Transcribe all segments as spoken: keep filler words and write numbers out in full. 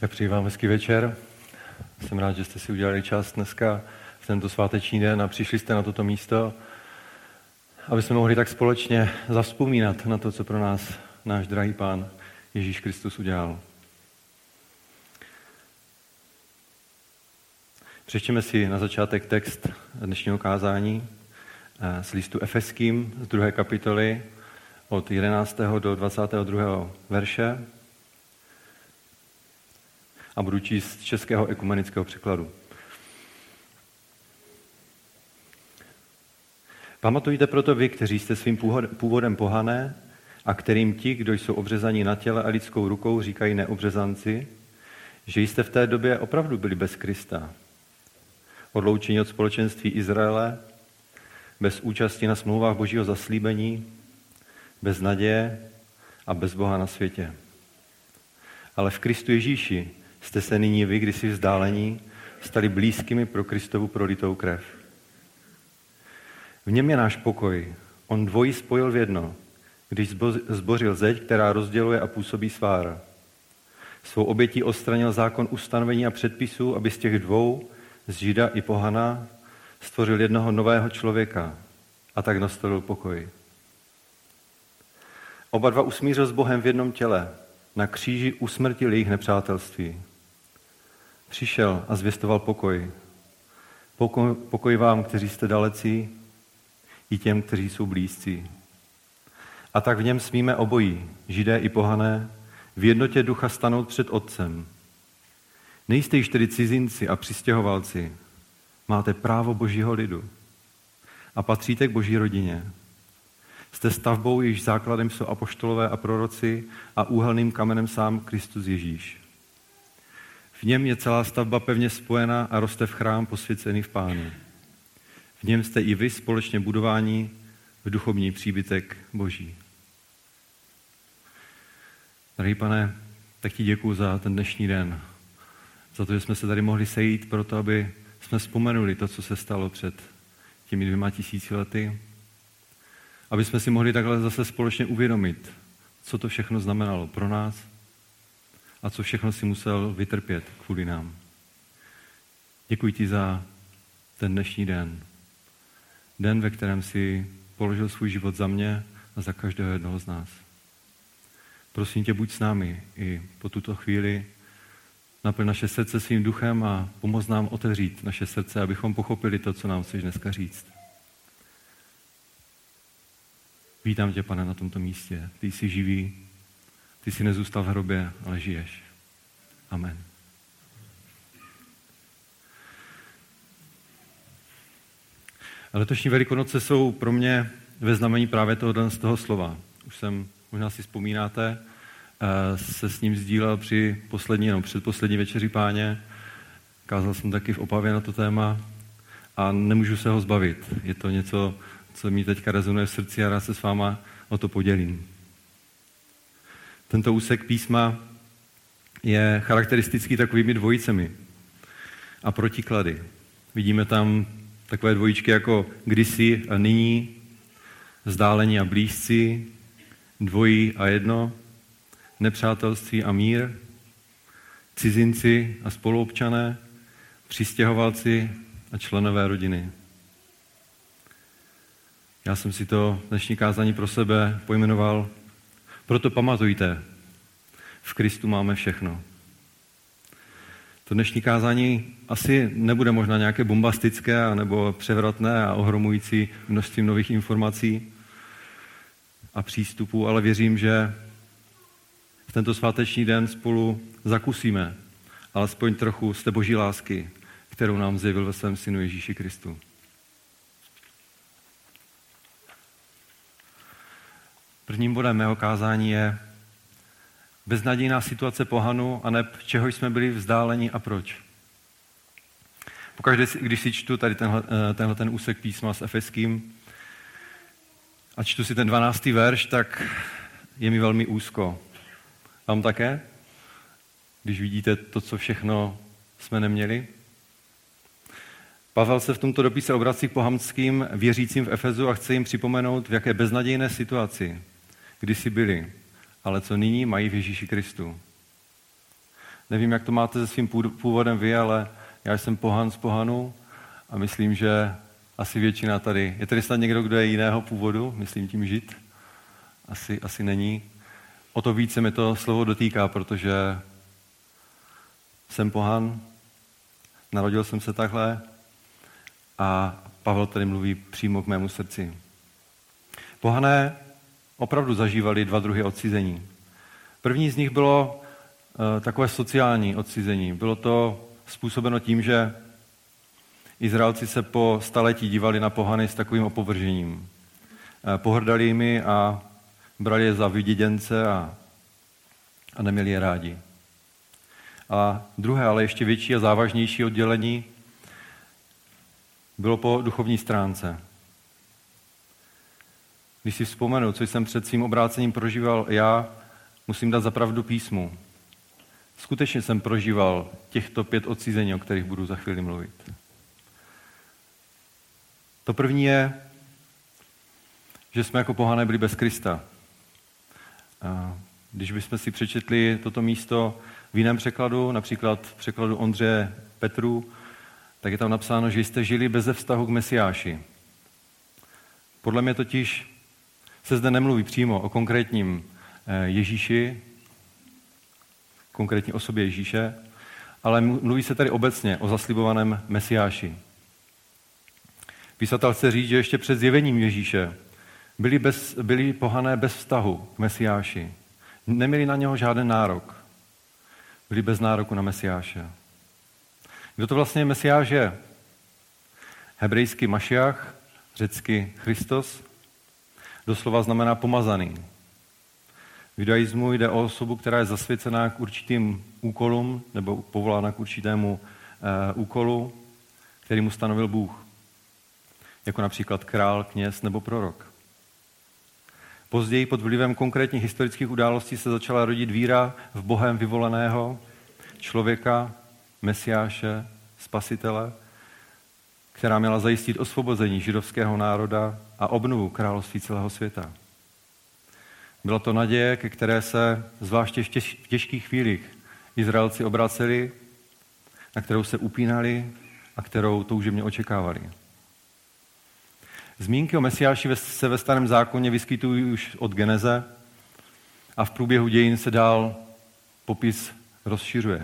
Tak přeji vám hezký večer. Jsem rád, že jste si udělali čas dneska v tento sváteční den a přišli jste na toto místo, aby jsme mohli tak společně zavzpomínat na to, co pro nás náš drahý Pán Ježíš Kristus udělal. Přečtěme si na začátek text dnešního kázání z listu Efeským z druhé kapitoly od jedenáctého do dvacátého druhého verše. A budu číst z českého ekumenického překladu. Pamatujte proto vy, kteří jste svým původem pohané a kterým ti, kdo jsou obřezaní na těle a lidskou rukou, říkají neobřezanci, že jste v té době opravdu byli bez Krista, odloučení od společenství Izraele, bez účasti na smlouvách Božího zaslíbení, bez naděje a bez Boha na světě. Ale v Kristu Ježíši jste se nyní vy, kdysi vzdálení, stali blízkými pro Kristovu prolitou krev. V něm je náš pokoj. On dvojí spojil v jedno, když zbořil zeď, která rozděluje a působí svár. Svou obětí odstranil zákon ustanovení a předpisů, aby z těch dvou, z Žida i pohana, stvořil jednoho nového člověka a tak nastolil pokoj. Oba dva usmířil s Bohem v jednom těle, na kříži usmrtil jejich nepřátelství. Přišel a zvěstoval pokoj. Pokoj, pokoj vám, kteří jste dalecí, i těm, kteří jsou blízcí. A tak v něm smíme obojí, Židé i pohané, v jednotě ducha stanout před Otcem. Nejste již tedy cizinci a přistěhovalci, máte právo Božího lidu a patříte k Boží rodině. Jste stavbou, jejíž základem jsou apoštolové a proroci a úhelným kamenem sám Kristus Ježíš. V něm je celá stavba pevně spojena a roste v chrám posvěcený v Pánu. V něm jste i vy společně budováni v duchovní příbytek Boží. Drahý Pane, tak ti děkuju za ten dnešní den. Za to, že jsme se tady mohli sejít proto, aby jsme vzpomenuli to, co se stalo před těmi dvěma tisíci lety. Aby jsme si mohli takhle zase společně uvědomit, co to všechno znamenalo pro nás a co všechno si musel vytrpět kvůli nám. Děkuji ti za ten dnešní den. Den, ve kterém si položil svůj život za mě a za každého jednoho z nás. Prosím tě, buď s námi i po tuto chvíli. Naplň naše srdce svým duchem a pomoz nám otevřít naše srdce, abychom pochopili to, co nám chceš dneska říct. Vítám tě, Pane, na tomto místě. Ty jsi živý, ty jsi nezůstal v hrobě, ale žiješ. Amen. Letošní Velikonoce jsou pro mě ve znamení právě tohoto z toho slova. Už jsem, možná si vzpomínáte, se s ním sdílel při poslední, no, předposlední večeři Páně. Kázal jsem taky v Opavě na to téma a nemůžu se ho zbavit. Je to něco, co mi teďka rezonuje v srdci a rád se s váma o to podělím. Tento úsek písma je charakteristický takovými dvojicemi a protiklady. Vidíme tam takové dvojičky jako kdysi a nyní, vzdálení a blízcí, dvojí a jedno, nepřátelství a mír, cizinci a spoluobčané, přistěhovalci a členové rodiny. Já jsem si to dnešní kázání pro sebe pojmenoval, proto pamatujte, v Kristu máme všechno. To dnešní kázání asi nebude možná nějaké bombastické nebo převratné a ohromující množstvím nových informací a přístupů, ale věřím, že v tento sváteční den spolu zakusíme alespoň trochu z té Boží lásky, kterou nám zjevil ve svém Synu Ježíši Kristu. Prvním bodem mého kázání je beznadějná situace pohanu a neb čeho jsme byli vzdáleni a proč. Pokaždé, když si čtu tady tenhle, tenhle ten úsek písma s Efeským a čtu si ten dvanáctý verš, tak je mi velmi úzko. Vám také? Když vidíte to, co všechno jsme neměli? Pavel se v tomto dopise obrací k pohanským věřícím v Efezu a chce jim připomenout, v jaké beznadějné situaci kdysi byli, ale co nyní mají v Ježíši Kristu. Nevím, jak to máte se svým původem vy, ale já jsem pohan z pohanu a myslím, že asi většina tady. Je tady snad někdo, kdo je jiného původu? Myslím tím žid? Asi, asi není. O to více mi to slovo dotýká, protože jsem pohan, narodil jsem se takhle a Pavel tady mluví přímo k mému srdci. Pohané opravdu zažívali dva druhy odcizení. První z nich bylo e, takové sociální odcizení. Bylo to způsobeno tím, že Izraelci se po staletí dívali na pohany s takovým opovržením. E, pohrdali jimi a brali je za vyděděnce a, a neměli je rádi. A druhé, ale ještě větší a závažnější oddělení bylo po duchovní stránce. Když si vzpomenu, co jsem před svým obrácením prožíval já, musím dát za pravdu písmu. Skutečně jsem prožíval těchto pět odcizení, o kterých budu za chvíli mluvit. To první je, že jsme jako pohané byli bez Krista. Když bychom si přečetli toto místo v jiném překladu, například v překladu Ondřeje Petru, tak je tam napsáno, že jste žili beze vztahu k Mesiáši. Podle mě totiž se zde nemluví přímo o konkrétním Ježíši, konkrétní osobě Ježíše, ale mluví se tady obecně o zaslibovaném Mesiáši. Písatel chce říct, že ještě před zjevením Ježíše byli, bez, byli pohané bez vztahu k Mesiáši. Neměli na něho žádný nárok. Byli bez nároku na Mesiáše. Kdo to vlastně Mesiáš je? Hebrejsky Mašiach, řecky Christos, doslova znamená pomazaný. V judaismu jde o osobu, která je zasvěcená k určitým úkolům nebo povolána k určitému e, úkolu, který mu stanovil Bůh. Jako například král, kněz nebo prorok. Později pod vlivem konkrétních historických událostí se začala rodit víra v Bohem vyvoleného člověka, Mesiáše, Spasitele, která měla zajistit osvobození židovského národa a obnovu království celého světa. Byla to naděje, ke které se zvláště v, těž, v těžkých chvílích Izraelci obraceli, na kterou se upínali a kterou toužebně očekávali. Zmínky o Mesiáši se ve Starém zákoně vyskytují už od Geneze a v průběhu dějin se dál popis rozšiřuje.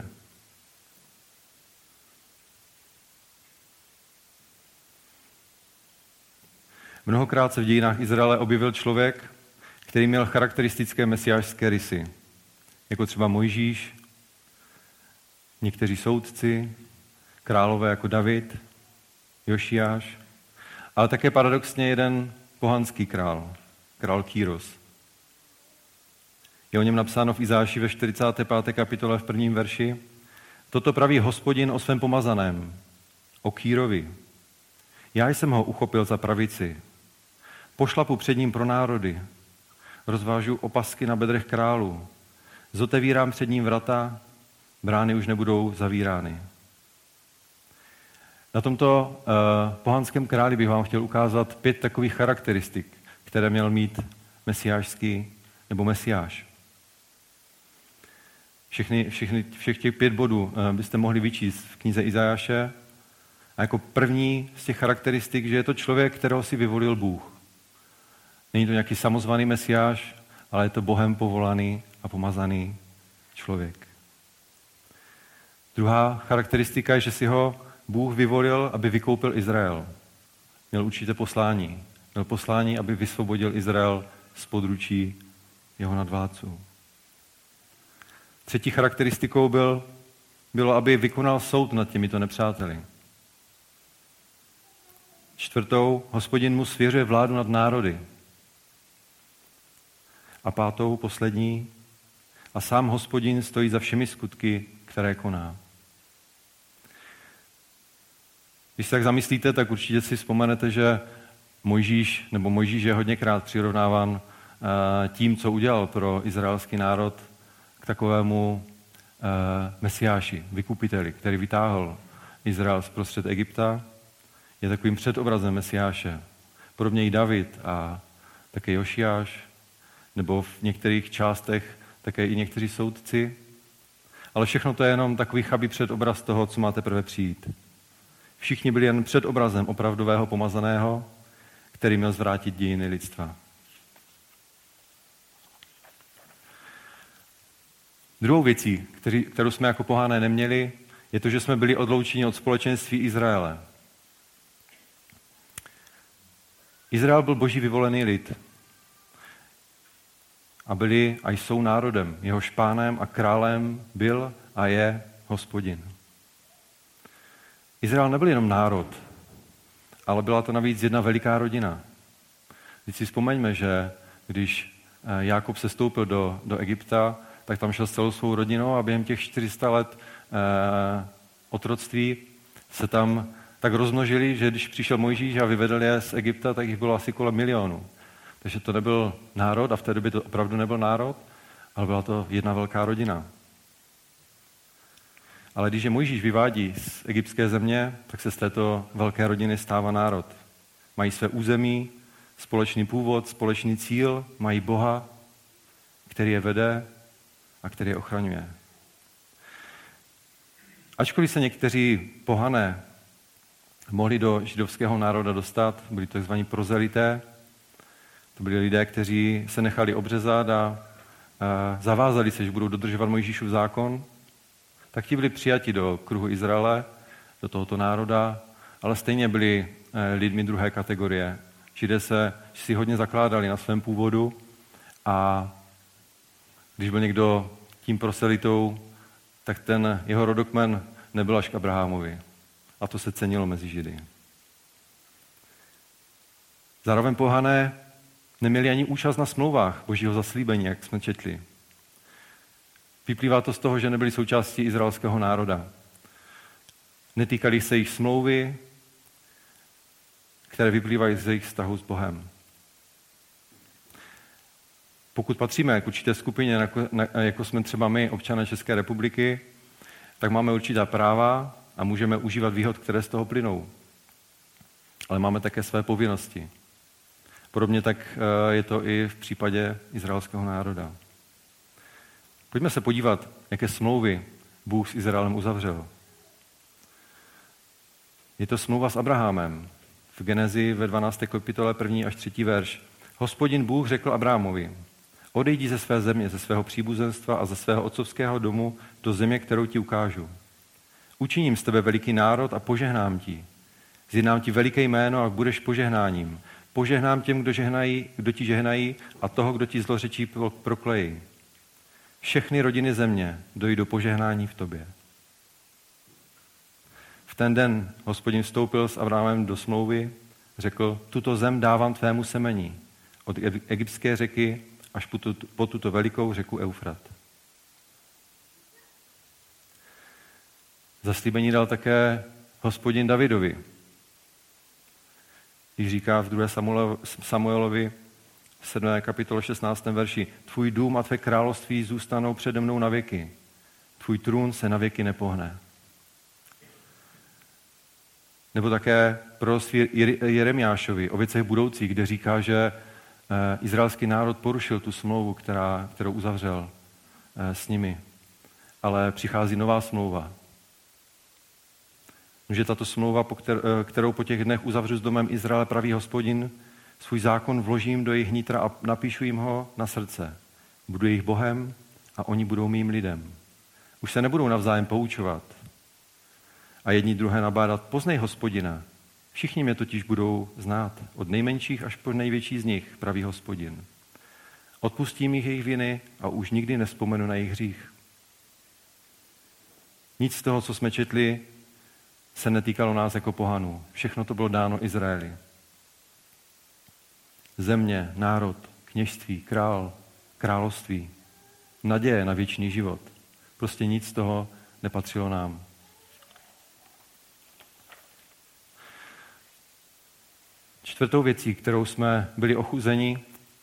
Mnohokrát se v dějinách Izraele objevil člověk, který měl charakteristické mesiášské rysy, jako třeba Mojžíš, někteří soudci, králové jako David, Jošiáš, ale také paradoxně jeden pohanský král, král Kýros. Je o něm napsáno v Izáši ve čtyřicáté páté kapitole v prvním verši. Toto praví Hospodin o svém pomazaném, o Kýrovi. Já jsem ho uchopil za pravici. Pošlapu před ním pro národy. Rozvážu opasky na bedrech králů. Zotevírám před ním vrata, brány už nebudou zavírány. Na tomto uh, pohanském králi bych vám chtěl ukázat pět takových charakteristik, které měl mít mesiášský nebo mesiáš. Všechny, všechny, všech těch pět bodů uh, byste mohli vyčíst v knize Izajáše. A jako první z těch charakteristik, že je to člověk, kterého si vyvolil Bůh. Není to nějaký samozvaný mesiáš, ale je to Bohem povolaný a pomazaný člověk. Druhá charakteristika je, že si ho Bůh vyvolil, aby vykoupil Izrael. Měl určité poslání. Měl poslání, aby vysvobodil Izrael z područí jeho nadvládců. Třetí charakteristikou byl, bylo, aby vykonal soud nad těmito nepřáteli. Čtvrtou, Hospodin mu svěřuje vládu nad národy. A pátou, poslední, a sám Hospodin stojí za všemi skutky, které koná. Když se tak zamyslíte, tak určitě si vzpomenete, že Mojžíš, nebo Mojžíš je hodněkrát přirovnáván tím, co udělal pro izraelský národ, k takovému mesiáši, vykupiteli, který vytáhl Izrael zprostřed Egypta. Je takovým předobrazem mesiáše. Podobně i David a také Jošiáš, nebo v některých částech také i někteří soudci. Ale všechno to je jenom takový chabý předobraz toho, co má teprve přijít. Všichni byli jen před obrazem opravdového pomazaného, který měl zvrátit dějiny lidstva. Druhou věcí, který, kterou jsme jako pohané neměli, je to, že jsme byli odloučeni od společenství Izraele. Izrael byl boží vyvolený lid a byli a jsou národem. Jehož pánem a králem byl a je Hospodin. Izrael nebyl jenom národ, ale byla to navíc jedna veliká rodina. Teď si vzpomeňme, že když Jákob se stoupil do, do Egypta, tak tam šel s celou svou rodinou a během těch čtyři sta let eh, otroctví se tam tak rozmnožili, že když přišel Mojžíš a vyvedl je z Egypta, tak jich bylo asi kolem milionu. Takže to nebyl národ a v té době to opravdu nebyl národ, ale byla to jedna velká rodina. Ale když je Mojžíš vyvádí z egyptské země, tak se z této velké rodiny stává národ. Mají své území, společný původ, společný cíl, mají Boha, který je vede a který je ochraňuje. Ačkoliv se někteří pohané mohli do židovského národa dostat, byli to tzv. Prozelité, to byli lidé, kteří se nechali obřezat a, a zavázali se, že budou dodržovat Mojžíšův zákon, tak ti byli přijati do kruhu Izraele, do tohoto národa, ale stejně byli lidmi druhé kategorie. Židé se si hodně zakládali na svém původu a když byl někdo tím proselitou, tak ten jeho rodokmen nebyl až k Abrahamovi. A to se cenilo mezi Židy. Zároveň pohané neměli ani účast na smlouvách božího zaslíbení, jak jsme četli. Vyplývá to z toho, že nebyli součástí izraelského národa. Netýkali se jich smlouvy, které vyplývají z jejich vztahu s Bohem. Pokud patříme k určité skupině, jako jsme třeba my, občané České republiky, tak máme určitá práva a můžeme užívat výhod, které z toho plynou. Ale máme také své povinnosti. Podobně tak je to i v případě izraelského národa. Pojďme se podívat, jaké smlouvy Bůh s Izraelem uzavřel. Je to smlouva s Abrahamem. V Genezi ve dvanácté kapitole první až třetí verš. Hospodin Bůh řekl Abrahamovi, odejdi ze své země, ze svého příbuzenstva a ze svého otcovského domu do země, kterou ti ukážu. Učiním z tebe veliký národ a požehnám ti. Zjednám ti veliké jméno a budeš požehnáním. Požehnám těm, kdo, žehnají, kdo ti žehnají a toho, kdo ti zlořečí proklejí. Všechny rodiny země dojdou požehnání v tobě. V ten den Hospodin vstoupil s Abrahamem do smlouvy, řekl, tuto zem dávám tvému semení, od egyptské řeky až po, tu, po tuto velikou řeku Eufrat. Zaslíbení dal také Hospodin Davidovi. Když říká v druhé Samuelovi v sedmé kapitole šestnáctém verši, tvůj dům a tvé království zůstanou přede mnou na věky. Tvůj trůn se na věky nepohne. Nebo také proroctví Jeremiášovi o věcech budoucích, kde říká, že izraelský národ porušil tu smlouvu, která, kterou uzavřel s nimi. Ale přichází nová smlouva. Že tato smlouva, kterou po těch dnech uzavřu s domem Izraele, praví Hospodin, svůj zákon vložím do jejich nitra a napíšu jim ho na srdce. Budu jejich Bohem a oni budou mým lidem. Už se nebudou navzájem poučovat a jedni druhé nabádat, poznej Hospodina. Všichni mě totiž budou znát, od nejmenších až po největší z nich, praví Hospodin. Odpustím jich jejich viny a už nikdy nevzpomenu na jejich hřích. Nic z toho, co jsme četli, se netýkalo nás jako pohanů. Všechno to bylo dáno Izraeli. Země, národ, kněžství, král, království, naděje na věčný život. Prostě nic z toho nepatřilo nám. Čtvrtou věcí, kterou jsme byli ochuzeni,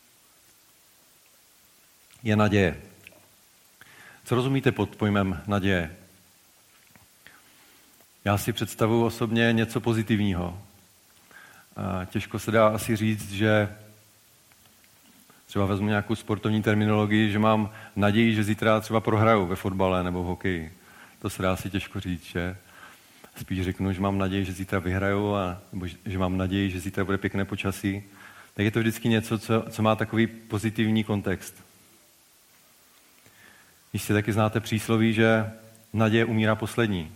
je naděje. Co rozumíte pod pojmem naděje? Já si představuji osobně něco pozitivního. Těžko se dá asi říct, že Třeba vezmu nějakou sportovní terminologii, že mám naději, že zítra třeba prohraju ve fotbale nebo v hokeji. To se dá asi těžko říct, že? Spíš řeknu, že mám naději, že zítra vyhraju, a, nebo že mám naději, že zítra bude pěkné počasí. Tak je to vždycky něco, co, co má takový pozitivní kontext. Jistě taky znáte přísloví, že naděje umírá poslední.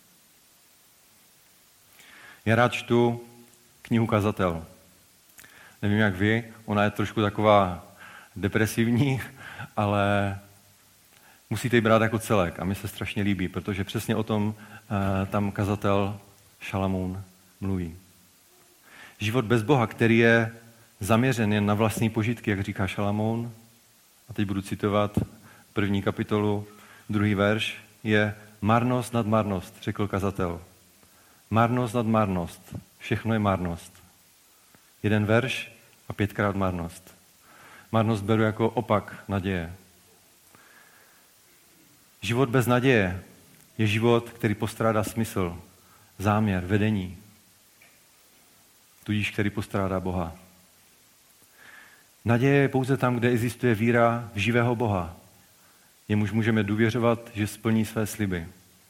Já rád čtu knihu Kazatel. Nevím, jak vy, ona je trošku taková depresivní, ale musíte ji brát jako celek a mi se strašně líbí, protože přesně o tom eh, tam kazatel Šalamoun mluví. Život bez Boha, který je zaměřen jen na vlastní požitky, jak říká Šalamoun, a teď budu citovat první kapitolu, druhý verš, je marnost nad marnost, řekl kazatel. Marnost nad marnost, všechno je marnost. Jeden verš a pětkrát marnost. Marnost beru jako opak naděje. Život bez naděje je život, který postrádá smysl, záměr, vedení. Tudíž, který postrádá Boha. Naděje je pouze tam, kde existuje víra v živého Boha. Jemuž můžeme důvěřovat, že splní své sliby.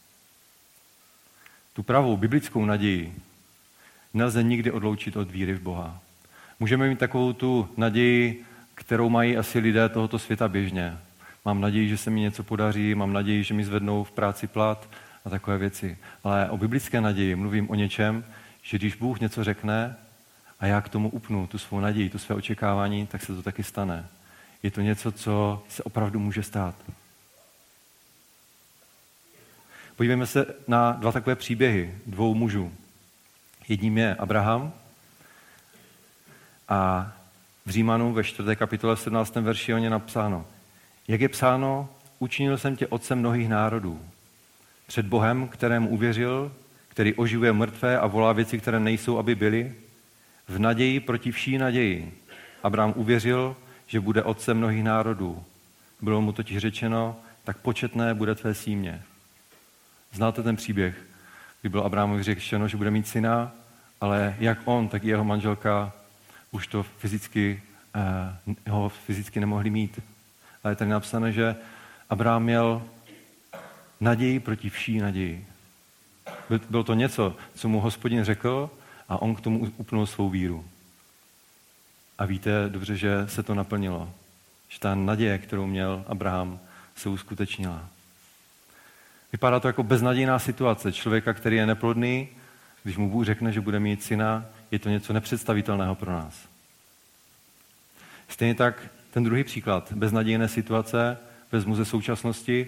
Tu pravou biblickou naději nelze nikdy odloučit od víry v Boha. Můžeme mít takovou tu naději, kterou mají asi lidé tohoto světa běžně. Mám naději, že se mi něco podaří, mám naději, že mi zvednou v práci plat a takové věci. Ale o biblické naději mluvím o něčem, že když Bůh něco řekne a já k tomu upnu tu svou naději, tu své očekávání, tak se to taky stane. Je to něco, co se opravdu může stát. Podívejme se na dva takové příběhy dvou mužů. Jedním je Abraham a v Římanům ve čtvrté kapitole v sedmnáctém verši o ně napsáno. Jak je psáno, učinil jsem tě otcem mnohých národů. Před Bohem, kterému uvěřil, který oživuje mrtvé a volá věci, které nejsou, aby byly, v naději proti vší naději. Abraham uvěřil, že bude otcem mnohých národů. Bylo mu totiž řečeno, tak početné bude tvé símě. Znáte ten příběh, kdy bylo Abrahamovi řečeno, že bude mít syna, ale jak on, tak i jeho manželka už to fyzicky, eh, ho fyzicky nemohli mít. Ale je tady napsané, že Abraham měl naději proti vší naději. Bylo to něco, co mu Hospodin řekl a on k tomu upnul svou víru. A víte dobře, že se to naplnilo. Že ta naděje, kterou měl Abraham, se uskutečnila. Vypadá to jako beznadějná situace. Člověka, který je neplodný, když mu Bůh řekne, že bude mít syna, je to něco nepředstavitelného pro nás. Stejně tak ten druhý příklad, beznadějné situace, vezmu ze současnosti.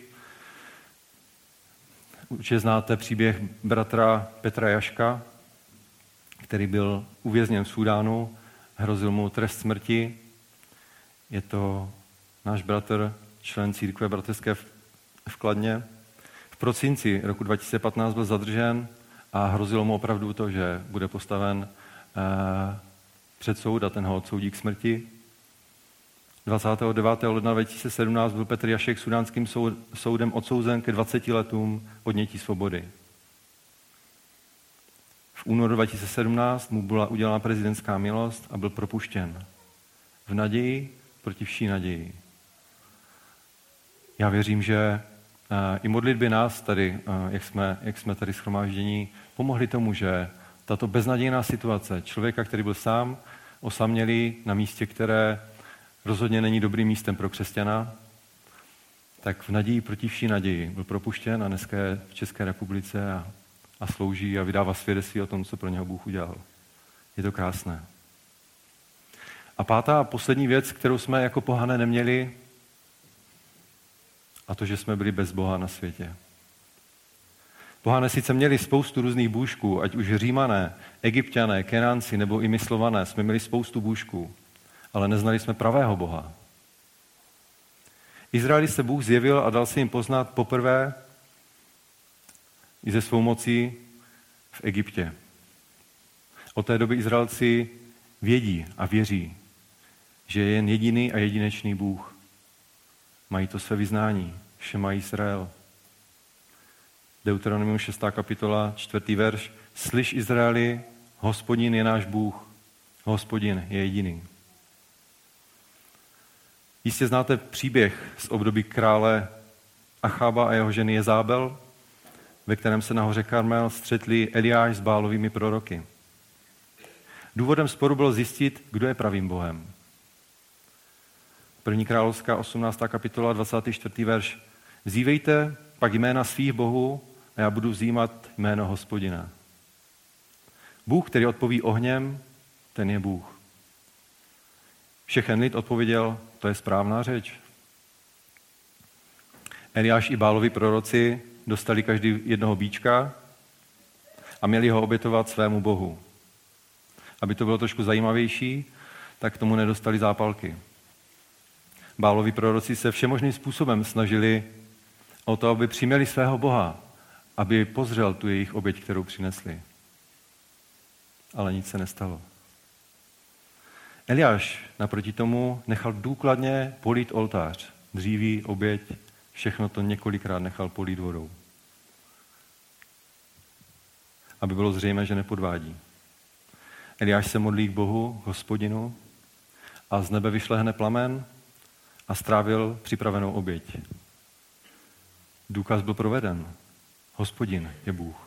Určitě znáte příběh bratra Petra Jaška, který byl uvězněn v Súdánu, hrozil mu trest smrti. Je to náš bratr, člen církve bratrské v Kladně. V prosinci roku dva tisíce patnáct byl zadržen a hrozilo mu opravdu to, že bude postaven eh, před soud a ten ho odsoudí k smrti. dvacátého devátého ledna dva tisíce sedmnáct byl Petr Jašek sudánským soudem odsouzen ke dvaceti letům odnětí svobody. V únoru dva tisíce sedmnáct mu byla udělána prezidentská milost a byl propuštěn. V naději proti vší naději. Já věřím, že i modlitby nás tady, jak jsme, jak jsme tady shromáždění, pomohly tomu, že tato beznadějná situace člověka, který byl sám, osamělý na místě, které rozhodně není dobrým místem pro křesťana, tak v naději proti vší naději byl propuštěn a dneska je v České republice a, a slouží a vydává svědectví o tom, co pro něho Bůh udělal. Je to krásné. A pátá a poslední věc, kterou jsme jako pohané neměli, a to, že jsme byli bez Boha na světě. Pohané sice měli spoustu různých bůžků, ať už Římané, Egypťané, Kenánci nebo i my Slované, jsme měli spoustu bůžků, ale neznali jsme pravého Boha. Izraeli se Bůh zjevil a dal se jim poznat poprvé i ze svou mocí v Egyptě. Od té doby Izraelci vědí a věří, že je jen jediný a jedinečný Bůh. Mají to své vyznání. Šema Izrael. Deuteronomium šestá kapitola, čtvrtý verš. Slyš Izraeli, Hospodin je náš Bůh. Hospodin je jediný. Jistě znáte příběh z období krále Achába a jeho ženy Jezábel, ve kterém se na hoře Karmel střetli Eliáš s Bálovými proroky. Důvodem sporu bylo zjistit, kdo je pravým Bohem. První královská osmnáctá kapitola dvacátý čtvrtý verš. Vzívejte pak jména svých bohů a já budu vzýmat jméno Hospodina. Bůh, který odpoví ohněm, ten je Bůh. Všechen lid odpověděl, to je správná řeč. Eliáš i Bálovi proroci dostali každý jednoho bíčka a měli ho obětovat svému bohu. Aby to bylo trošku zajímavější, tak k tomu nedostali zápalky. Bálovi proroci se všemožným způsobem snažili o to, aby přiměli svého boha, aby pozřel tu jejich oběť, kterou přinesli. Ale nic se nestalo. Eliáš naproti tomu nechal důkladně polít oltář. Dříví, oběť, všechno to několikrát nechal polít vodou. Aby bylo zřejmé, že nepodvádí. Eliáš se modlí k Bohu, k Hospodinu, a z nebe vyšlehne plamen a strávil připravenou oběť. Důkaz byl proveden. Hospodin je Bůh.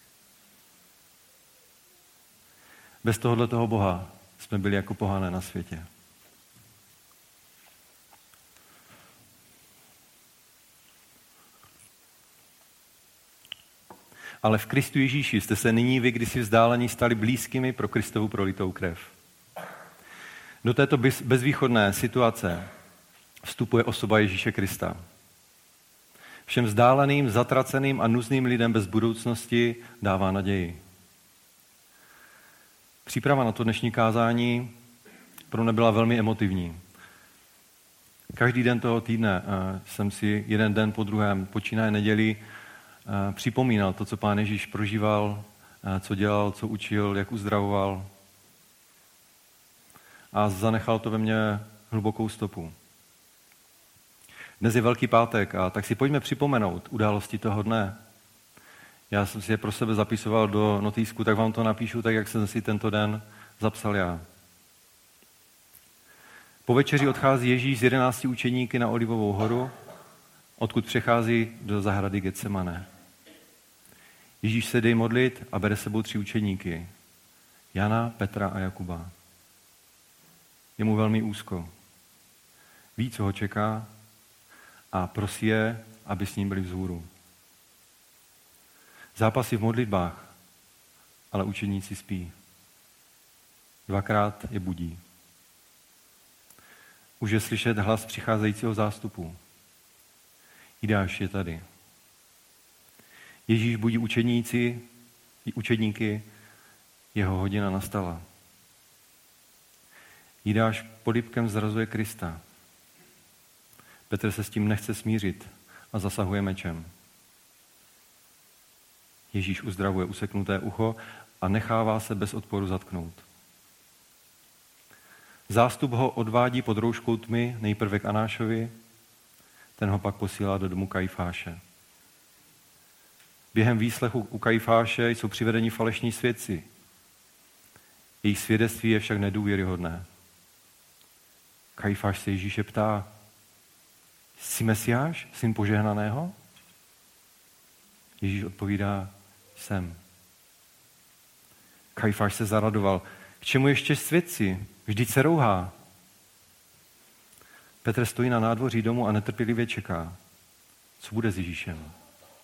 Bez tohoto Boha jsme byli jako pohané na světě. Ale v Kristu Ježíši jste se nyní vy, kdysi vzdálení, stali blízkými pro Kristovu prolitou krev. Do této bezvýchodné situace vstupuje osoba Ježíše Krista. Všem vzdáleným, zatraceným a nuzným lidem bez budoucnosti dává naději. Příprava na to dnešní kázání pro mě byla velmi emotivní. Každý den toho týdne jsem si jeden den po druhém, počínaje neděli, připomínal to, co Pán Ježíš prožíval, co dělal, co učil, jak uzdravoval. A zanechal to ve mně hlubokou stopu. Dnes je Velký pátek, a tak si pojďme připomenout události toho dne. Já jsem si je pro sebe zapisoval do notýsku, tak vám to napíšu tak, jak jsem si tento den zapsal já. Po večeři odchází Ježíš z jedenácti učeníky na Olivovou horu, odkud přechází do zahrady Getsemane. Ježíš se jde modlit a bere sebou tři učeníky. Jana, Petra a Jakuba. Je mu velmi úzko. Ví, co ho čeká, a prosí je, aby s ním byli vzhůru. Zápasy v modlitbách, ale učeníci spí. Dvakrát je budí. Už je slyšet hlas přicházejícího zástupu. Jidáš je tady. Ježíš budí učeníci, učedníky, jeho hodina nastala. Jidáš polibkem zrazuje Krista. Petr se s tím nechce smířit a zasahuje mečem. Ježíš uzdravuje useknuté ucho a nechává se bez odporu zatknout. Zástup ho odvádí pod rouškou tmy nejprve k Anášovi, ten ho pak posílá do domu Kajfáše. Během výslechu u Kajfáše jsou přivedeni falešní svědci. Jejich svědectví je však nedůvěryhodné. Kajfáš se Ježíše ptá, jsi Mesiáš, syn požehnaného? Ježíš odpovídá, jsem. Kajfáš se zaradoval, k čemu ještě svědci? Vždyť se rouhá. Petr stojí na nádvoří domu a netrpělivě čeká. Co bude s Ježíšem?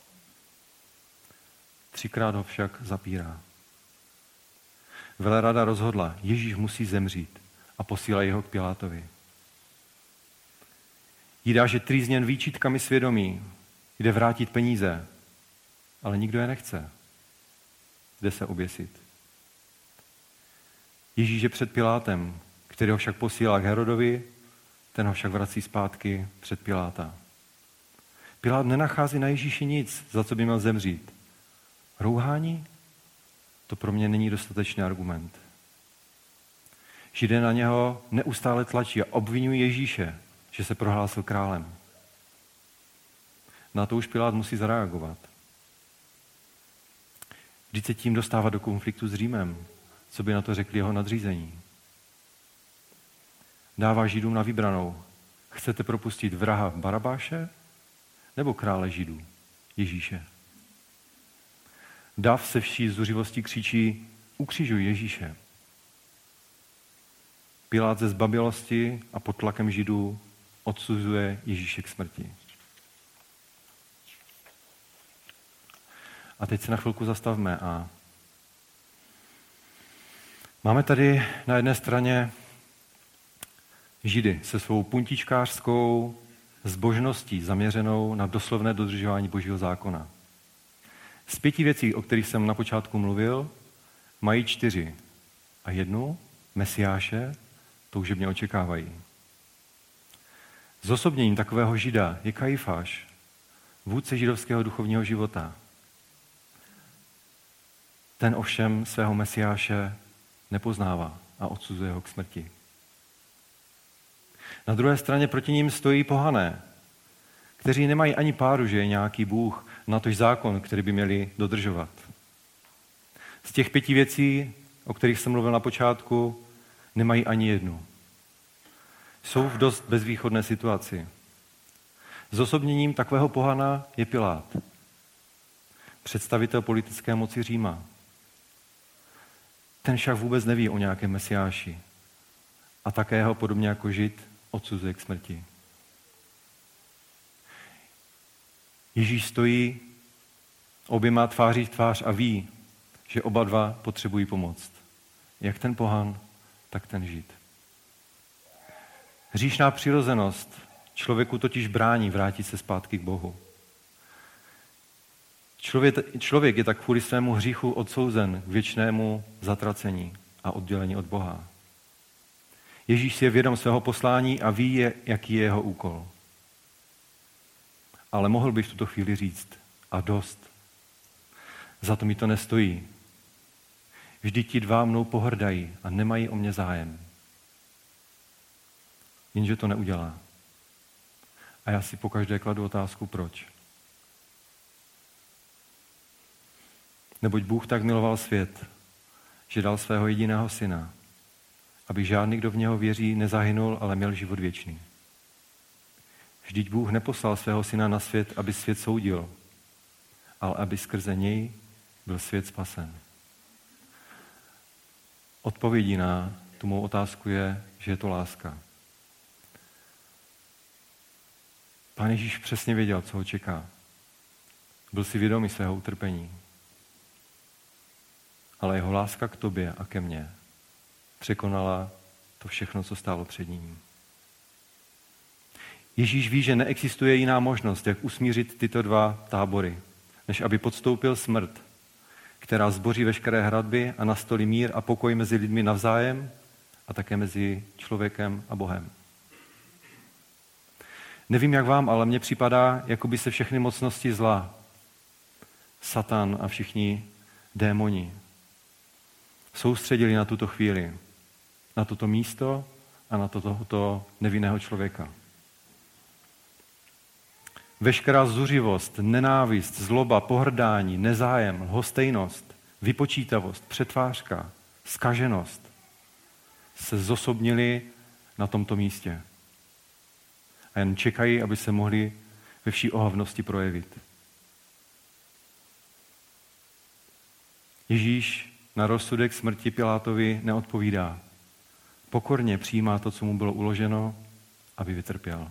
Třikrát ho však zapírá. Velerada rozhodla, Ježíš musí zemřít, a posílá jeho k Pilátovi. Jidáš je trýzněn výčitkami svědomí, jde vrátit peníze, ale nikdo je nechce. Jde se oběsit. Ježíš je před Pilátem, který ho však posílá k Herodovi, ten ho však vrací zpátky před Piláta. Pilát nenachází na Ježíši nic, za co by měl zemřít. Rouhání? To pro mě není dostatečný argument. Židé na něho neustále tlačí a obvinují Ježíše, že se prohlásil králem. Na to už Pilát musí zareagovat. Vždyť se tím dostává do konfliktu s Římem, co by na to řekli jeho nadřízení. Dává Židům na vybranou. Chcete propustit vraha Barabáše nebo krále Židů Ježíše? Dav se vší zuřivostí křičí: ukřižuj Ježíše. Pilát ze zbabělosti a pod tlakem Židů odsuzuje Ježíše k smrti. A teď se na chvilku zastavme a máme tady na jedné straně Židy se svou puntičkářskou zbožností zaměřenou na doslovné dodržování Božího zákona. Z pěti věcí, o kterých jsem na počátku mluvil, mají čtyři a jednu, Mesiáše, toužebně očekávají. Zosobněním takového Žida je Kajfáš, vůdce židovského duchovního života. Ten ovšem svého Mesiáše nepoznává a odsuzuje ho k smrti. Na druhé straně proti ním stojí pohané, kteří nemají ani páru, že je nějaký Bůh, natož zákon, který by měli dodržovat. Z těch pěti věcí, o kterých jsem mluvil na počátku, nemají ani jednu. Jsou v dost bezvýchodné situaci. Zosobněním takového pohana je Pilát, představitel politické moci Říma. Ten však vůbec neví o nějakém Mesiáši a také ho podobně jako Žid odsuzuje k smrti. Ježíš stojí oběma tváří v tvář a ví, že oba dva potřebují pomoc. Jak ten pohan, tak ten Žid. Hříšná přirozenost člověku totiž brání vrátit se zpátky k Bohu. Člověk, člověk je tak kvůli svému hříchu odsouzen k věčnému zatracení a oddělení od Boha. Ježíš si je vědom svého poslání a ví, jaký je jeho úkol. Ale mohl by v tuto chvíli říct: a dost. Za to mi to nestojí. Vždyť ti dva mnou pohrdají a nemají o mě zájem. Jenže to neudělá. A já si pokaždé kladu otázku, proč. Neboť Bůh tak miloval svět, že dal svého jediného syna, aby žádný, kdo v něho věří, nezahynul, ale měl život věčný. Vždyť Bůh neposlal svého syna na svět, aby svět soudil, ale aby skrze něj byl svět spasen. Odpovědí na tu mou otázku je, že je to láska. Pán Ježíš přesně věděl, co ho čeká. Byl si vědomý svého utrpení. Ale jeho láska k tobě a ke mně překonala to všechno, co stálo před ním. Ježíš ví, že neexistuje jiná možnost, jak usmířit tyto dva tábory, než aby podstoupil smrt, která zboří veškeré hradby a nastolí mír a pokoj mezi lidmi navzájem a také mezi člověkem a Bohem. Nevím, jak vám, ale mně připadá, jako by se všechny mocnosti zla, Satan a všichni démoni, soustředili na tuto chvíli, na toto místo a na tohoto nevinného člověka. Veškerá zuřivost, nenávist, zloba, pohrdání, nezájem, lhostejnost, vypočítavost, přetvářka, zkaženost se zosobnili na tomto místě. A jen čekají, aby se mohli ve vší ohavnosti projevit. Ježíš na rozsudek smrti Pilátovi neodpovídá. Pokorně přijímá to, co mu bylo uloženo, aby vytrpěl.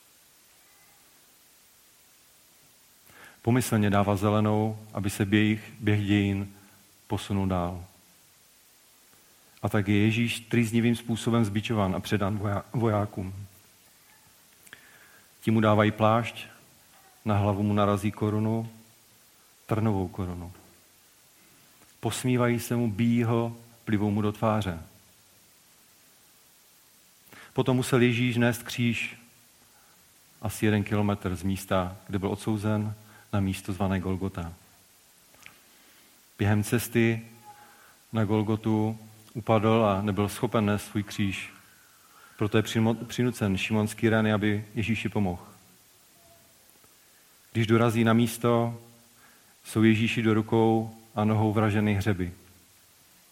Pomyslně dává zelenou, aby se běh, běh dějin posunul dál. A tak je Ježíš trýznivým způsobem zbičován a předán vojákům. Ti mu dávají plášť, na hlavu mu narazí korunu, trnovou korunu. Posmívají se mu, bijí ho, plivou mu do tváře. Potom musel Ježíš nést kříž asi jeden kilometr z místa, kde byl odsouzen, na místo zvané Golgota. Během cesty na Golgotu upadl a nebyl schopen nést svůj kříž. Proto je přinucen Šimon z Kyreny, aby Ježíši pomohl. Když dorazí na místo, jsou Ježíši do rukou a nohou vraženy hřeby,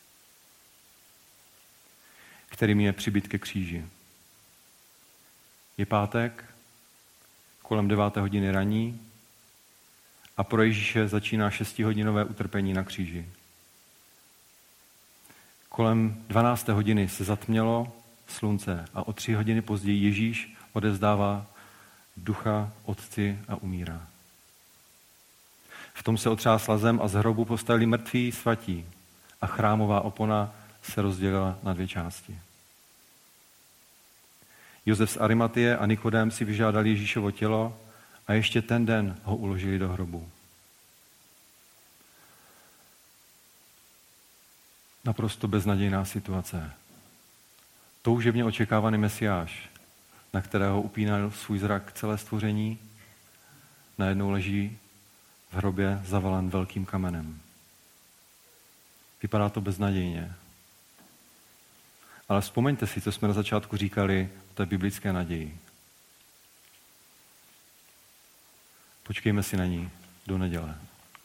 kterým je přibit ke kříži. Je pátek, kolem deváté hodiny raní a pro Ježíše začíná šestihodinové utrpení na kříži. Kolem dvanácté hodiny se zatmělo slunce a o tři hodiny později Ježíš odevzdává ducha Otci a umírá. V tom se otřásla zem a z hrobu postavili mrtví svatí a chrámová opona se rozdělila na dvě části. Josef z Arimatie a Nikodém si vyžádali Ježíšovo tělo a ještě ten den ho uložili do hrobu. Naprosto beznadějná situace. Toužebně očekávaný Mesiáš, na kterého upínal svůj zrak celé stvoření, najednou leží v hrobě zavalen velkým kamenem. Vypadá to beznadějně. Ale vzpomeňte si, co jsme na začátku říkali o té biblické naději. Počkejme si na ní do neděle.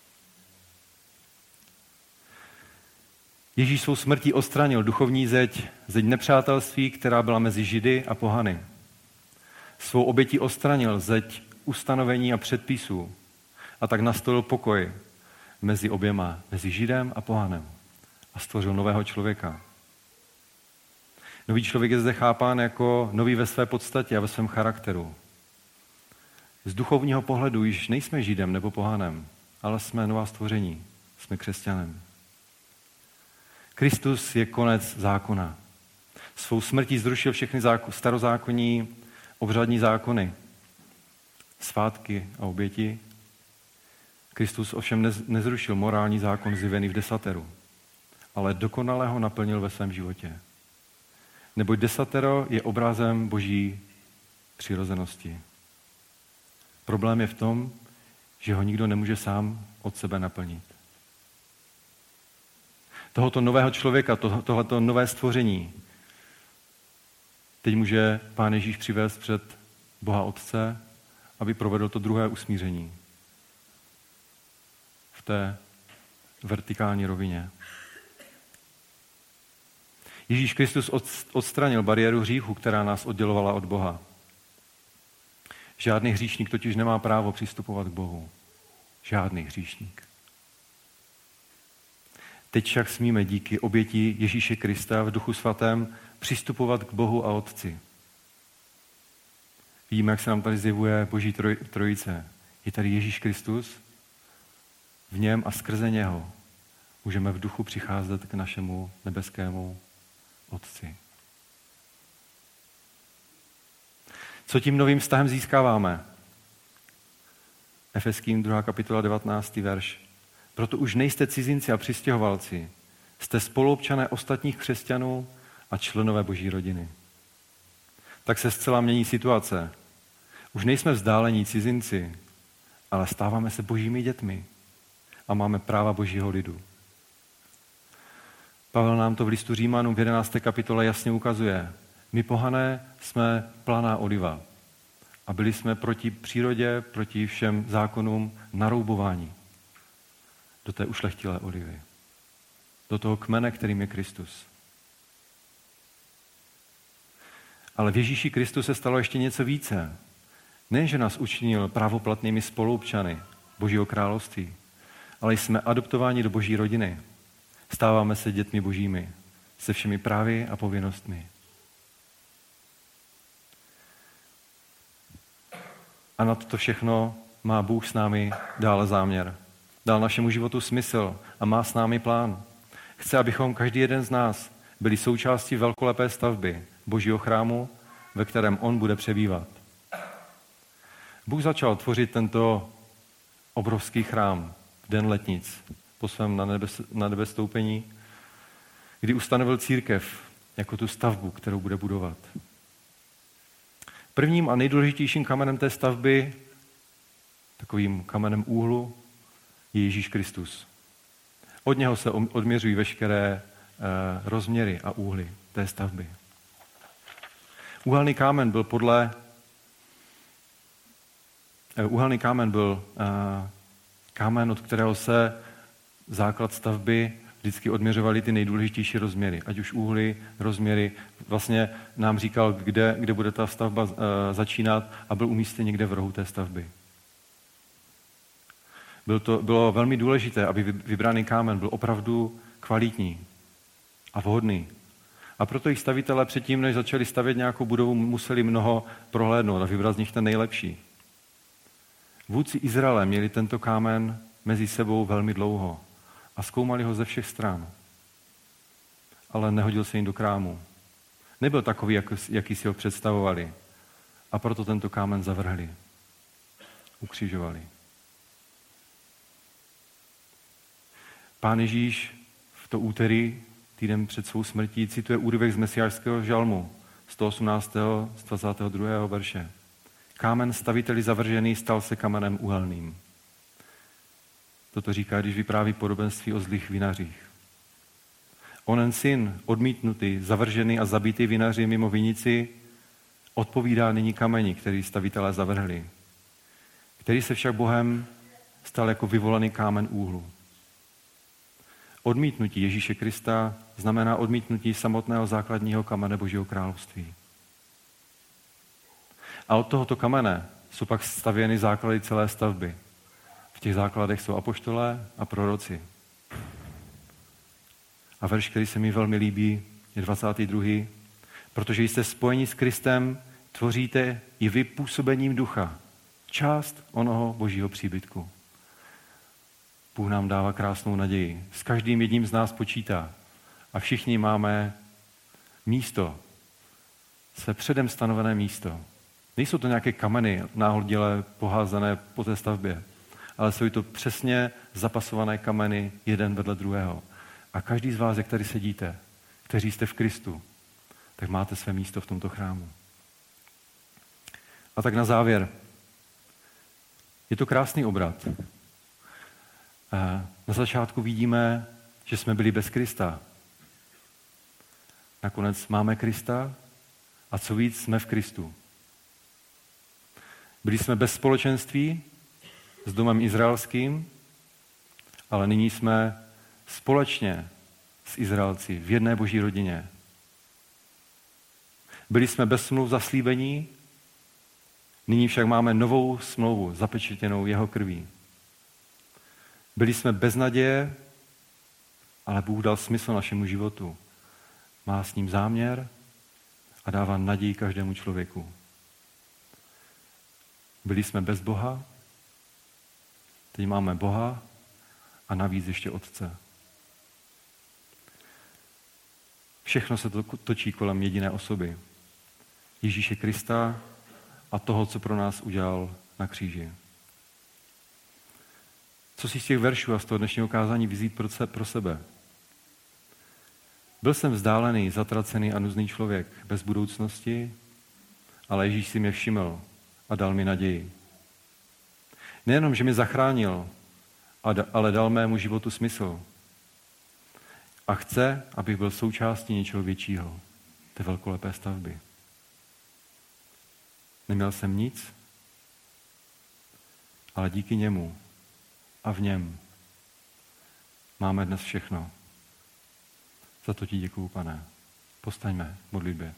Ježíš svou smrtí odstranil duchovní zeď, zeď nepřátelství, která byla mezi Židy a pohany. Svou obětí odstranil zeď ustanovení a předpisů a tak nastolil pokoj mezi oběma, mezi Židem a pohanem a stvořil nového člověka. Nový člověk je zde chápán jako nový ve své podstatě a ve svém charakteru. Z duchovního pohledu již nejsme Židem nebo pohanem, ale jsme nová stvoření, jsme křesťanem. Kristus je konec zákona. Svou smrtí zrušil všechny zákon, starozákonní obřadní zákony, svátky a oběti. Kristus ovšem nezrušil morální zákon zjevený v desateru, ale dokonale ho naplnil ve svém životě. Neboť desatero je obrazem boží přirozenosti. Problém je v tom, že ho nikdo nemůže sám od sebe naplnit. Tohoto nového člověka, tohoto nové stvoření teď může Pán Ježíš přivést před Boha Otce, aby provedl to druhé usmíření v té vertikální rovině. Ježíš Kristus odstranil bariéru hříchu, která nás oddělovala od Boha. Žádný hříšník totiž nemá právo přistupovat k Bohu. Žádný hříšník. Teď však smíme díky oběti Ježíše Krista v Duchu Svatém přistupovat k Bohu a Otci. Vidíme, jak se nám tady zjevuje Boží troj, trojice. Je tady Ježíš Kristus, v něm a skrze něho můžeme v duchu přicházet k našemu nebeskému Otci. Co tím novým vztahem získáváme? Efeským druhá kapitola devatenáctý verš. Proto už nejste cizinci a přistěhovalci, jste spoluobčané ostatních křesťanů a členové Boží rodiny. Tak se zcela mění situace. Už nejsme vzdálení cizinci, ale stáváme se Božími dětmi a máme práva Božího lidu. Pavel nám to v listu Římanům v jedenácté kapitole jasně ukazuje. My pohané jsme planá oliva a byli jsme proti přírodě, proti všem zákonům naroubováni do té ušlechtilé olivy. Do toho kmene, kterým je Kristus. Ale v Ježíši Kristu se stalo ještě něco více. Nejen, že nás učinil právoplatnými spoluobčany Božího království, ale jsme adoptováni do Boží rodiny. Stáváme se dětmi Božími, se všemi právy a povinnostmi. A na to všechno má Bůh s námi dále záměr. Dal našemu životu smysl a má s námi plán. Chce, abychom každý jeden z nás byli součástí velkolepé stavby Božího chrámu, ve kterém on bude přebývat. Bůh začal tvořit tento obrovský chrám v den letnic po svém na nebe, na nebe stoupení, kdy ustanovil církev jako tu stavbu, kterou bude budovat. Prvním a nejdůležitějším kamenem té stavby, takovým kamenem úhlu, je Ježíš Kristus. Od něho se odměřují veškeré eh, rozměry a úhly té stavby. Úhelný kámen byl podle eh, úhelný kámen byl eh, kámen, od kterého se základ stavby vždycky odměřovali ty nejdůležitější rozměry, ať už úhly, rozměry. Vlastně nám říkal, kde, kde bude ta stavba uh, začínat a byl umístěn někde v rohu té stavby. Bylo, to, bylo velmi důležité, aby vybraný kámen byl opravdu kvalitní a vhodný. A proto jich stavitelé předtím, než začali stavět nějakou budovu, museli mnoho prohlédnout a vybrat z nich ten nejlepší. Vůdci Izraele měli tento kámen mezi sebou velmi dlouho a zkoumali ho ze všech stran. Ale nehodil se jim do krámu. Nebyl takový, jak, jaký si ho představovali. A proto tento kámen zavrhli. Ukřižovali. Pán Ježíš v to úterý, týden před svou smrtí, cituje úryvek z mesiášského žalmu sto osmnáctého z dvacátého druhého verše. Kámen staviteli zavržený stal se kamenem uhelným. Toto říká, když vypráví podobenství o zlých vinařích. Onen syn, odmítnutý, zavržený a zabitý vinaři mimo vinici, odpovídá nyní kameni, který stavitelé zavrhli, který se však Bohem stal jako vyvolaný kámen úhlu. Odmítnutí Ježíše Krista znamená odmítnutí samotného základního kamene Božího království. A od tohoto kamene jsou pak stavěny základy celé stavby. V těch základech jsou apoštolé a proroci. A verš, který se mi velmi líbí, je dvacátý druhý Protože jste spojeni s Kristem, tvoříte i vy působením ducha část onoho Božího příbytku. Bůh nám dává krásnou naději. S každým jedním z nás počítá. A všichni máme místo, své předem stanovené místo. Nejsou to nějaké kameny náhodile poházené po té stavbě, ale jsou to přesně zapasované kameny jeden vedle druhého. A každý z vás, jak tady sedíte, kteří jste v Kristu, tak máte své místo v tomto chrámu. A tak na závěr. Je to krásný obrat. Na začátku vidíme, že jsme byli bez Krista. Nakonec máme Krista a co víc, jsme v Kristu. Byli jsme bez společenství s domem izraelským, ale nyní jsme společně s Izraelci v jedné Boží rodině. Byli jsme bez smluv zaslíbení, nyní však máme novou smlouvu zapečetěnou jeho krví. Byli jsme bez naděje, ale Bůh dal smysl našemu životu. Má s ním záměr a dává naději každému člověku. Byli jsme bez Boha, teď máme Boha a navíc ještě Otce. Všechno se to točí kolem jediné osoby. Ježíše Krista a toho, co pro nás udělal na kříži. Co si z těch veršů a z toho dnešního kázání vzít pro sebe? Byl jsem vzdálený, zatracený a nuzný člověk, bez budoucnosti, ale Ježíš si mě všiml a dal mi naději. Nejenom, že mě zachránil, ale dal mému životu smysl. A chce, abych byl součástí něčeho většího, té velkolepé stavby. Neměl jsem nic, ale díky němu a v něm máme dnes všechno. Za to ti děkuju, Pane. Postaňme v modlitbě.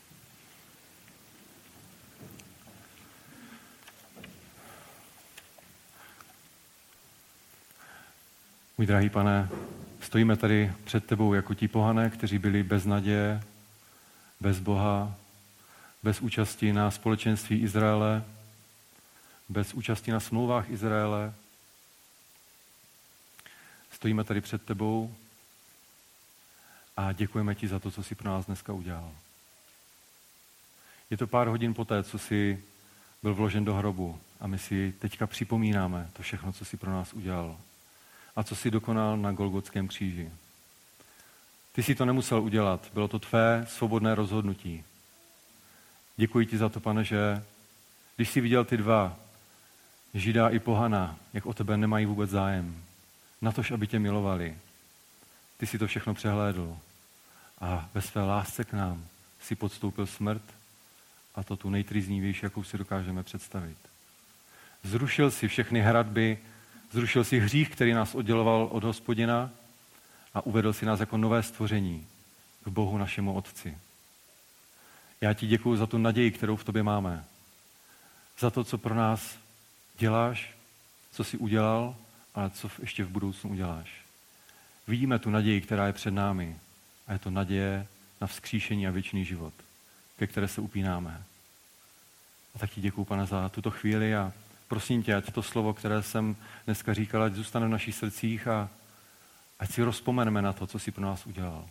Můj drahý Pane, stojíme tady před tebou jako ti pohané, kteří byli bez naděje, bez Boha, bez účasti na společenství Izraele, bez účasti na smlouvách Izraele. Stojíme tady před tebou a děkujeme ti za to, co jsi pro nás dneska udělal. Je to pár hodin poté, co jsi byl vložen do hrobu a my si teďka připomínáme to všechno, co jsi pro nás udělal a co jsi dokonal na Golgotském kříži. Ty jsi to nemusel udělat, bylo to tvé svobodné rozhodnutí. Děkuji ti za to, Pane, že když jsi viděl ty dva, Žida i pohana, jak o tebe nemají vůbec zájem, natož, aby tě milovali, ty si to všechno přehlédl a ve své lásce k nám si podstoupil smrt a to tu nejtrýznivější, jakou si dokážeme představit. Zrušil si všechny hradby, zrušil si hřích, který nás odděloval od Hospodina a uvedl si nás jako nové stvoření k Bohu našemu Otci. Já ti děkuju za tu naději, kterou v tobě máme. Za to, co pro nás děláš, co jsi udělal, ale co ještě v budoucnu uděláš. Vidíme tu naději, která je před námi. A je to naděje na vzkříšení a věčný život, ke které se upínáme. A tak ti děkuju, Pane, za tuto chvíli a prosím tě, ať to slovo, které jsem dneska říkal, ať zůstane v našich srdcích a ať si rozpomeneme na to, co jsi pro nás udělal.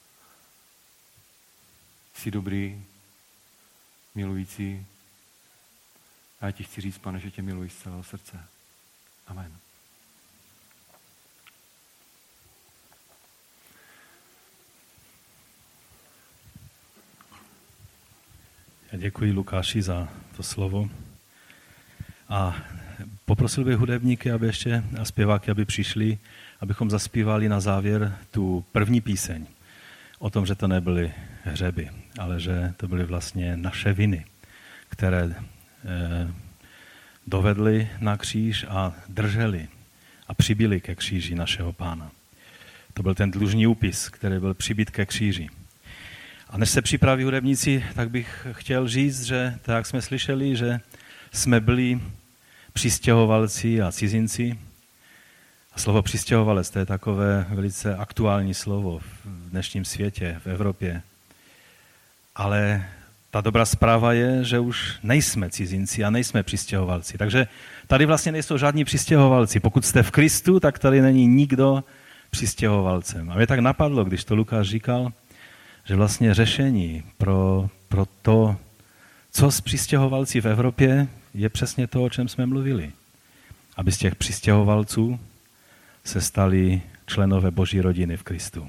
Jsi dobrý, milující. A já ti chci říct, Pane, že tě miluji z celého srdce. Amen. Já děkuji Lukáši za to slovo. A poprosil bych hudebníky, aby ještě a zpěváky, aby přišli, abychom zaspívali na závěr tu první píseň o tom, že to nebyly hřeby, ale že to byly vlastně naše viny, které eh, dovedly na kříž a drželi a přibili ke kříži našeho Pána. To byl ten dlužní úpis, který byl přibit ke kříži. A než se připraví hudebníci, tak bych chtěl říct, že tak jak jsme slyšeli, že jsme byli přistěhovalci a cizinci. A slovo přistěhovalec, to je takové velice aktuální slovo v dnešním světě, v Evropě. Ale ta dobrá zpráva je, že už nejsme cizinci a nejsme přistěhovalci. Takže tady vlastně nejsou žádní přistěhovalci. Pokud jste v Kristu, tak tady není nikdo přistěhovalcem. A mě tak napadlo, když to Lukáš říkal, že vlastně řešení pro, pro to, co s přistěhovalci v Evropě, je přesně to, o čem jsme mluvili. Aby z těch přistěhovalců se stali členové Boží rodiny v Kristu.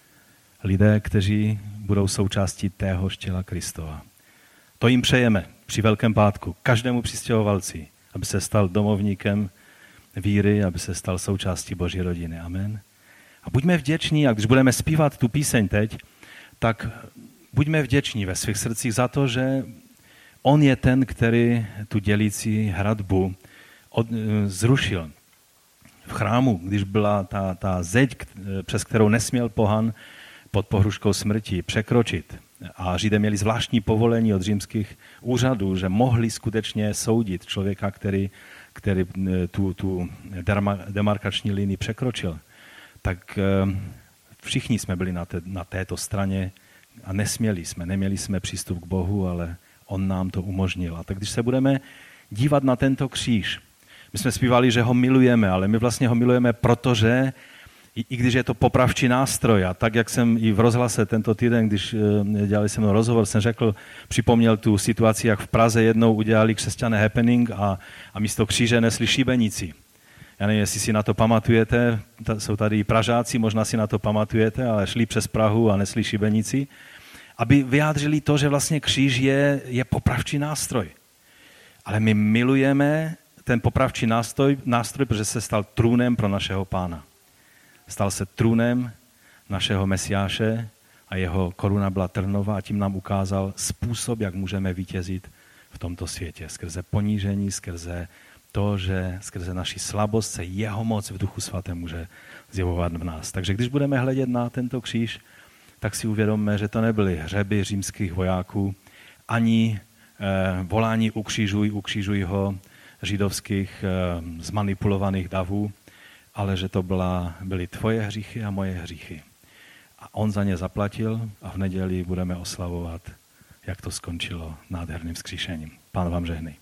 Lidé, kteří budou součástí téhož těla Kristova. To jim přejeme při Velkém pátku. Každému přistěhovalci, aby se stal domovníkem víry, aby se stal součástí Boží rodiny. Amen. A buďme vděční, a když budeme zpívat tu píseň teď, tak buďme vděční ve svých srdcích za to, že on je ten, který tu dělící hradbu od, zrušil. V chrámu, když byla ta, ta zeď, přes kterou nesměl pohan pod pohruškou smrti překročit, a Židé měli zvláštní povolení od římských úřadů, že mohli skutečně soudit člověka, který, který tu, tu demarkační linii překročil, tak všichni jsme byli na, té, na této straně a nesměli jsme, neměli jsme přístup k Bohu, ale on nám to umožnil. A tak když se budeme dívat na tento kříž, my jsme zpívali, že ho milujeme, ale my vlastně ho milujeme, protože i, i když je to popravčí nástroj, a tak, jak jsem i v rozhlase tento týden, když dělali se mnou rozhovor, jsem řekl, připomněl tu situaci, jak v Praze jednou udělali křesťané happening a, a místo kříže nesli šibenici. Já nevím, jestli si na to pamatujete, jsou tady i Pražáci, možná si na to pamatujete, ale šli přes Prahu a nesli šibenici, aby vyjádřili to, že vlastně kříž je, je popravčí nástroj. Ale my milujeme ten popravčí nástroj, nástroj, protože se stal trůnem pro našeho Pána. Stal se trůnem našeho Mesiáše a jeho koruna byla trnová a tím nám ukázal způsob, jak můžeme vítězit v tomto světě. Skrze ponížení, skrze to, že skrze naši slabost se jeho moc v Duchu Svatém může zjevovat v nás. Takže když budeme hledět na tento kříž, tak si uvědomme, že to nebyly hřeby římských vojáků, ani eh, volání ukřižuj, ukřižuj ho židovských eh, zmanipulovaných davů, ale že to byla, byly tvoje hříchy a moje hříchy. A on za ně zaplatil a v neděli budeme oslavovat, jak to skončilo nádherným vzkříšením. Pán vám žehnej.